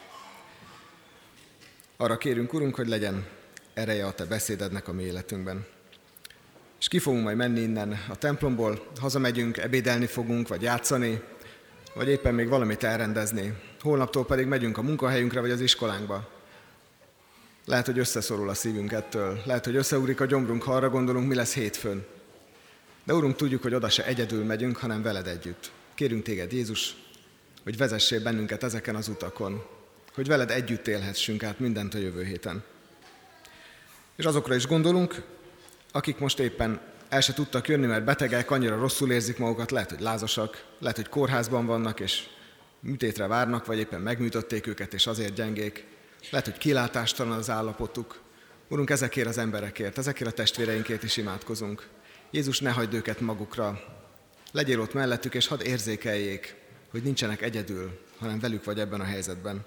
Arra kérünk, Urunk, hogy legyen ereje a Te beszédednek a mi életünkben. És ki fogunk majd menni innen a templomból, hazamegyünk, ebédelni fogunk, vagy játszani, vagy éppen még valamit elrendezni. Holnaptól pedig megyünk a munkahelyünkre, vagy az iskolánkba. Lehet, hogy összeszorul a szívünk ettől, lehet, hogy összeugrik a gyomrunk, ha arra gondolunk, mi lesz hétfőn. De Urunk, tudjuk, hogy oda se egyedül megyünk, hanem veled együtt. Kérünk Téged, Jézus, hogy vezessél bennünket ezeken az utakon, hogy veled együtt élhessünk át mindent a jövő héten. És azokra is gondolunk, akik most éppen el se tudtak jönni, mert betegek, annyira rosszul érzik magukat, lehet, hogy lázasak, lehet, hogy kórházban vannak, és műtétre várnak, vagy éppen megműtötték őket, és azért gyengék. Lehet, hogy kilátástalan az állapotuk. Urunk, ezekért az emberekért, ezekért a testvéreinkért is imádkozunk. Jézus, ne hagyd őket magukra. Legyél ott mellettük, és hadd érzékeljék, hogy nincsenek egyedül, hanem velük vagy ebben a helyzetben.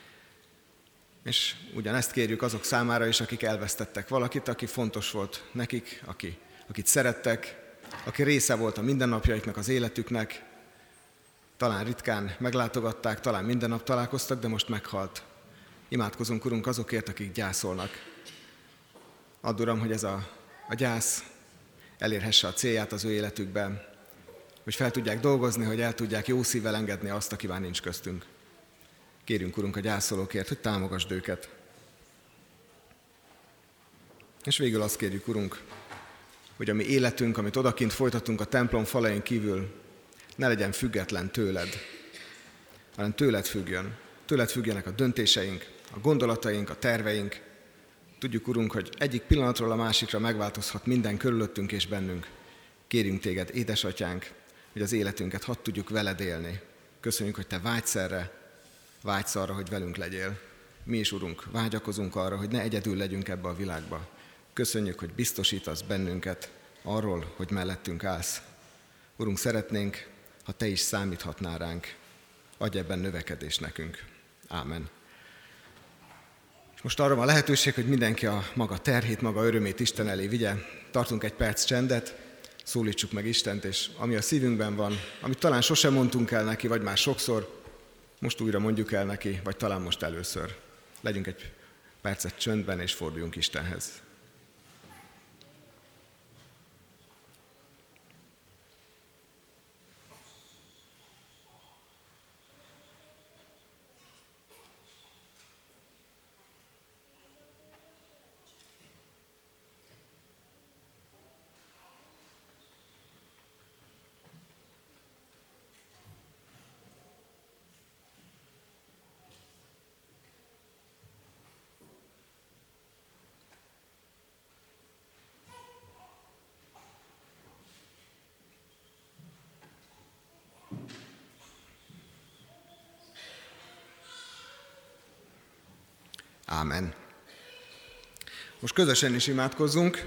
És ugyanezt kérjük azok számára is, akik elvesztettek valakit, aki fontos volt nekik, akit szerettek, aki része volt a mindennapjaiknak, az életüknek. Talán ritkán meglátogatták, talán minden nap találkoztak, de most meghalt. Imádkozunk, Urunk, azokért, akik gyászolnak. Add, Uram, hogy ez a gyász elérhesse a célját az ő életükben, hogy fel tudják dolgozni, hogy el tudják jó szívvel engedni azt, aki már nincs köztünk. Kérjünk, Urunk, a gyászolókért, hogy támogasd őket. És végül azt kérjük, Urunk, hogy a mi életünk, amit odakint folytatunk a templom falain kívül, ne legyen független tőled, hanem tőled függjön. Tőled függjenek a döntéseink, a gondolataink, a terveink. Tudjuk, Urunk, hogy egyik pillanatról a másikra megváltozhat minden körülöttünk és bennünk. Kérjünk Téged, édesatyánk, hogy az életünket hadd tudjuk veled élni. Köszönjük, hogy Te vágysz erre, vágysz arra, hogy velünk legyél. Mi is, Urunk, vágyakozunk arra, hogy ne egyedül legyünk ebbe a világba. Köszönjük, hogy biztosítasz bennünket arról, hogy mellettünk állsz. Urunk, szeretnénk, ha Te is számíthatnál ránk. Adj ebben növekedést nekünk. Ámen. Most arra van lehetőség, hogy mindenki a maga terhét, maga örömét Isten elé vigye. Tartunk egy perc csendet, szólítsuk meg Istent, és ami a szívünkben van, amit talán sosem mondtunk el neki, vagy már sokszor, most újra mondjuk el neki, vagy talán most először. Legyünk egy percet csöndben, és forduljunk Istenhez. Ámen. Most közösen is imádkozzunk,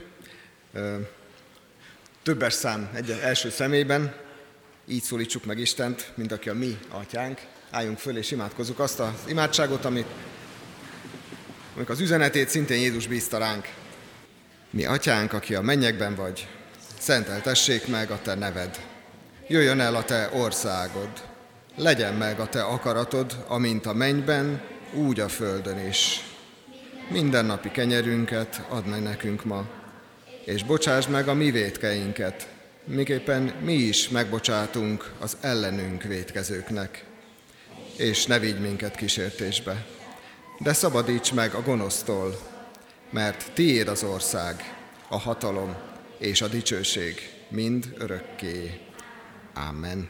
többes szám első személyben, így szólítsuk meg Istent, mint aki a mi atyánk. Álljunk föl és imádkozzuk azt az imádságot, amik az üzenetét szintén Jézus bízta ránk. Mi atyánk, aki a mennyekben vagy, szenteltessék meg a te neved. Jöjjön el a te országod, legyen meg a te akaratod, amint a mennyben, úgy a földön is. Mindennapi kenyerünket add meg nekünk ma, és bocsásd meg a mi vétkeinket, miképpen mi is megbocsátunk az ellenünk vétkezőknek. És ne vigy minket kísértésbe, de szabadíts meg a gonosztól, mert tiéd az ország, a hatalom és a dicsőség mind örökké. Ámen.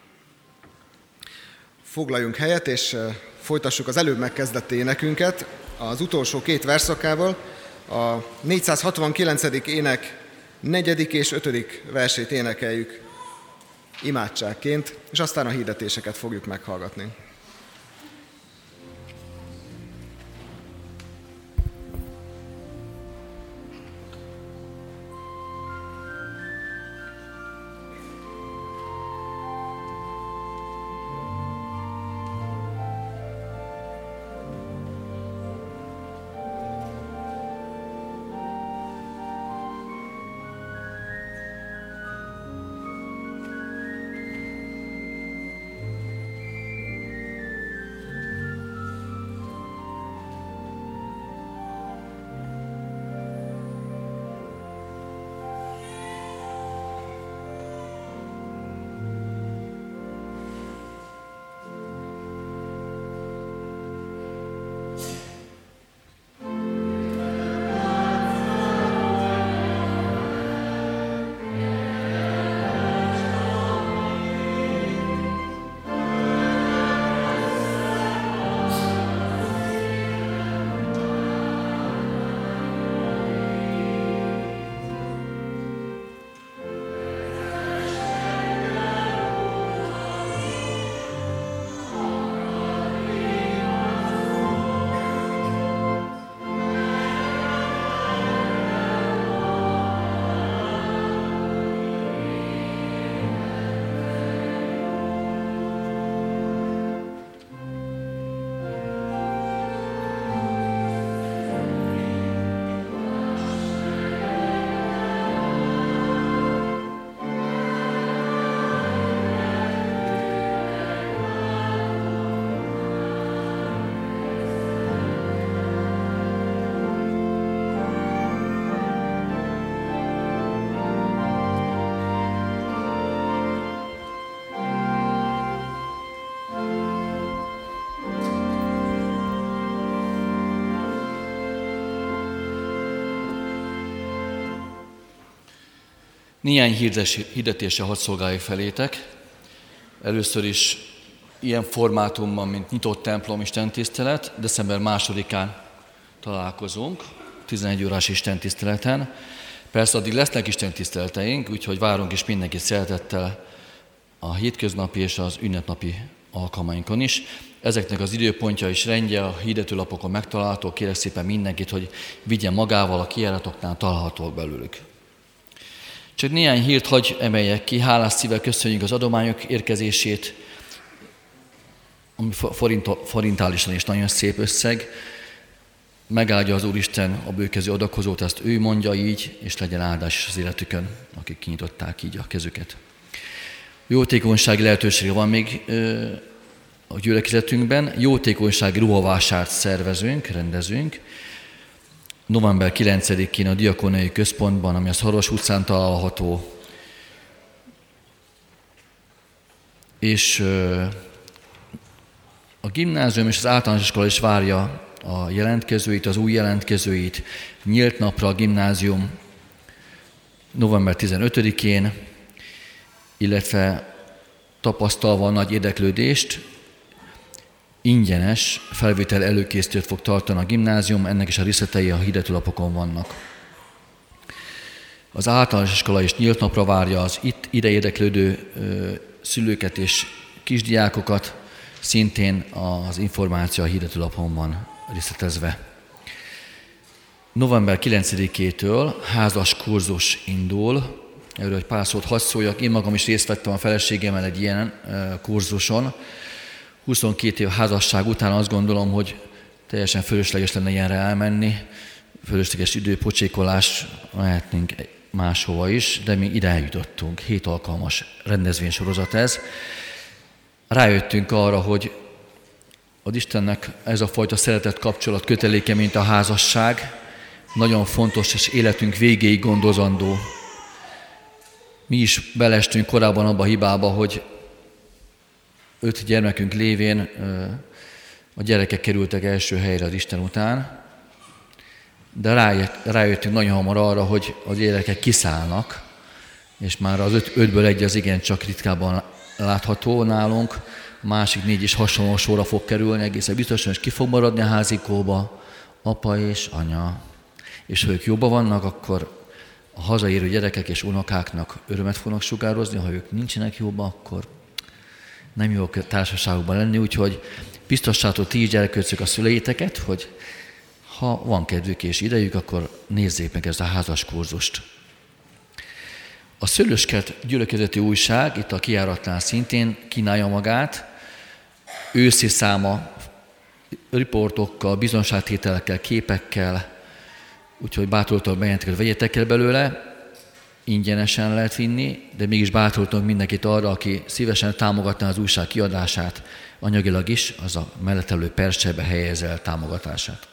Foglaljunk helyet, és folytassuk az előbb megkezdett énekünket az utolsó két verszakával. A 469. ének 4. és 5. versét énekeljük imádságként, és aztán a hirdetéseket fogjuk meghallgatni. Néhány hirdetéssel hadd szolgáljuk felétek. Először is ilyen formátumban, mint nyitott templom istentisztelet, december 2-án találkozunk, 11 órás istentiszteleten. Persze addig lesznek istentiszteleteink, úgyhogy várunk is mindenkit szeretettel a hétköznapi és az ünnepnapi alkalmainkon is. Ezeknek az időpontja és rendje a hirdetőlapokon megtalálható. Kérek szépen mindenkit, hogy vigyen magával, a kijáratoknál találhatóak belőlük. Csak néhány hírt hagy emeljek ki. Hálás szívvel köszönjük az adományok érkezését, ami forintálisan is nagyon szép összeg. Megáldja az Úristen a bőkező adakozót, ezt ő mondja így, és legyen áldás az életükön, akik kinyitották így a kezüket. Jótékonysági lehetősége van még a gyülekezetünkben. Jótékonysági ruhavásárt szervezünk, rendezünk. November 9-én a Diakóniai Központban, ami a Szaros utcán található, és a gimnázium és az általános iskola is várja a jelentkezőit, az új jelentkezőit. Nyílt napra a gimnázium november 15-én, illetve tapasztalva a nagy érdeklődést, ingyenes felvétel előkészítőt fog tartani a gimnázium, ennek is a részletei a hirdetőlapokon vannak. Az általános iskola is nyílt napra várja az ide érdeklődő szülőket és kisdiákokat, szintén az információ a hirdetőlapon van részletezve. November 9-től házas kurzus indul, erről egy pár szót hadd szóljak. Én magam is részt vettem a feleségemmel egy ilyen kurzuson. 22 év házasság után azt gondolom, hogy teljesen fölösleges lenne ilyenre elmenni, fölösleges időpocsékolás, lehetnénk máshova is, de mi ide eljutottunk. 7 alkalmas rendezvénysorozat ez. Rájöttünk arra, hogy az Istennek ez a fajta szeretett kapcsolat köteléke, mint a házasság, nagyon fontos és életünk végéig gondozandó. Mi is belestünk korábban abba a hibába, hogy 5 gyermekünk lévén a gyerekek kerültek első helyre az Isten után, de rájöttünk nagyon hamar arra, hogy a gyerekek kiszállnak, és már az 5-ből 1 az igencsak ritkában látható nálunk, a másik 4 is hasonló sorra fog kerülni, egészen biztosan, és ki fog maradni a házikóba, apa és anya. És ha ők jobban vannak, akkor a hazaérő gyerekek és unokáknak örömet fognak sugározni, ha ők nincsenek jobban, akkor nem jó a társaságokban lenni, úgyhogy biztossátok ti is gyerekölcök a szüleiteket, hogy ha van kedvük és idejük, akkor nézzék meg ezt a házas kurzust. A Szőlőskert gyülekezeti újság, itt a kijáratnál szintén kínálja magát, őszi száma riportokkal, bizonságtételekkel, képekkel, úgyhogy bátorultam bejelenteket, vegyetek el belőle, ingyenesen lehet vinni, de mégis bátorultam mindenkit arra, aki szívesen támogatná az újság kiadását, anyagilag is, az a mellettelő percebe helyezze el támogatását.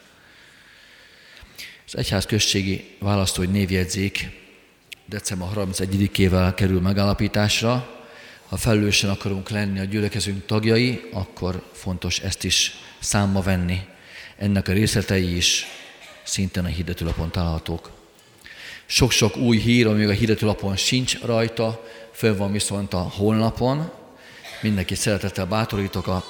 Az egyház községi választói névjegyzék december 31-ével kerül megállapításra. Ha felelősen akarunk lenni a gyülekezünk tagjai, akkor fontos ezt is számba venni. Ennek a részletei is szintén a hirdetőlapon találhatók. Sok-sok új hír, ami még a hirdetőlapon sincs rajta, fönn van viszont a honlapon. Mindenkit szeretettel bátorítok a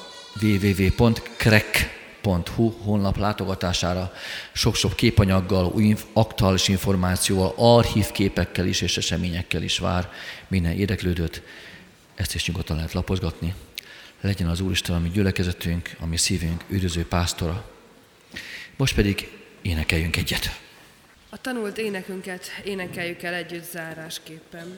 www.krek.hu honlap látogatására. Sok-sok képanyaggal, új aktuális információval, archívképekkel is és eseményekkel is vár minden érdeklődőt. Ezt is nyugodtan lehet lapozgatni. Legyen az Úristen a mi gyülekezetünk, a mi szívünk üdvözlő pásztora. Most pedig énekeljünk egyet. A tanult énekünket énekeljük el együtt zárásképpen.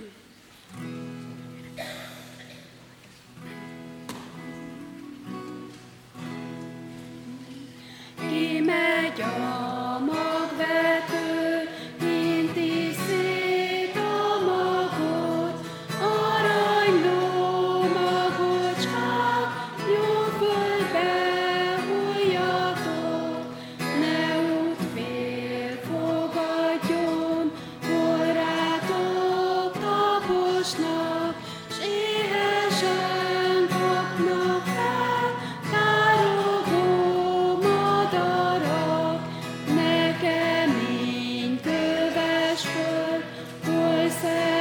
Ki megy a magvető, inti szét a magot, aranyló magocskák, jó földbe hulljatok, ne útfél fogadjon, hol rátok taposnak, s éhesen kapnak fel, károgó madarak, ne kemény köves föld, hol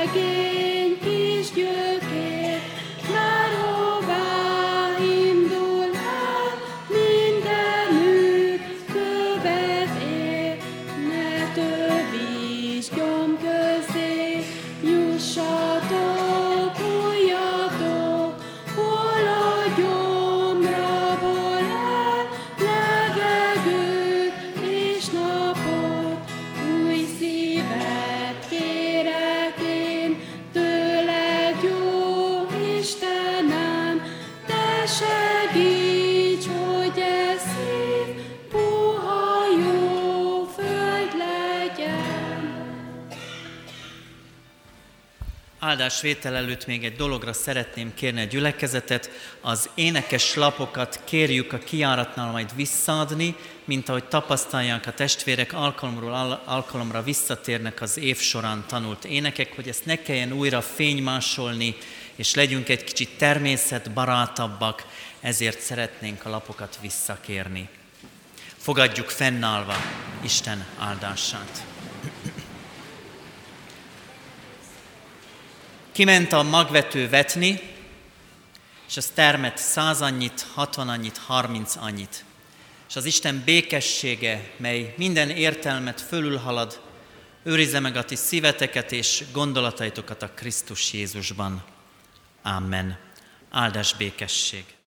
magam közé, jussatok, hújjatok, hol a gyomrából el levegőt és napot. Új szívet kérek én tőled, jó Istenem, te segíts, hogy ez szív puha jó föld legyen. Áldásvétel előtt még egy dologra szeretném kérni a gyülekezetet. Az énekes lapokat kérjük a kijáratnál majd visszaadni, mint ahogy tapasztalják a testvérek, alkalomról alkalomra visszatérnek az év során tanult énekek, hogy ezt ne kelljen újra fénymásolni, és legyünk egy kicsit természetbarátabbak, ezért szeretnénk a lapokat visszakérni. Fogadjuk fennállva Isten áldását. Kiment a magvető vetni, és az termett 100 annyit, 60 annyit, 30 annyit. És az Isten békessége, mely minden értelmet fölülhalad, őrizze meg a ti szíveteket és gondolataitokat a Krisztus Jézusban. Amen. Áldás békesség.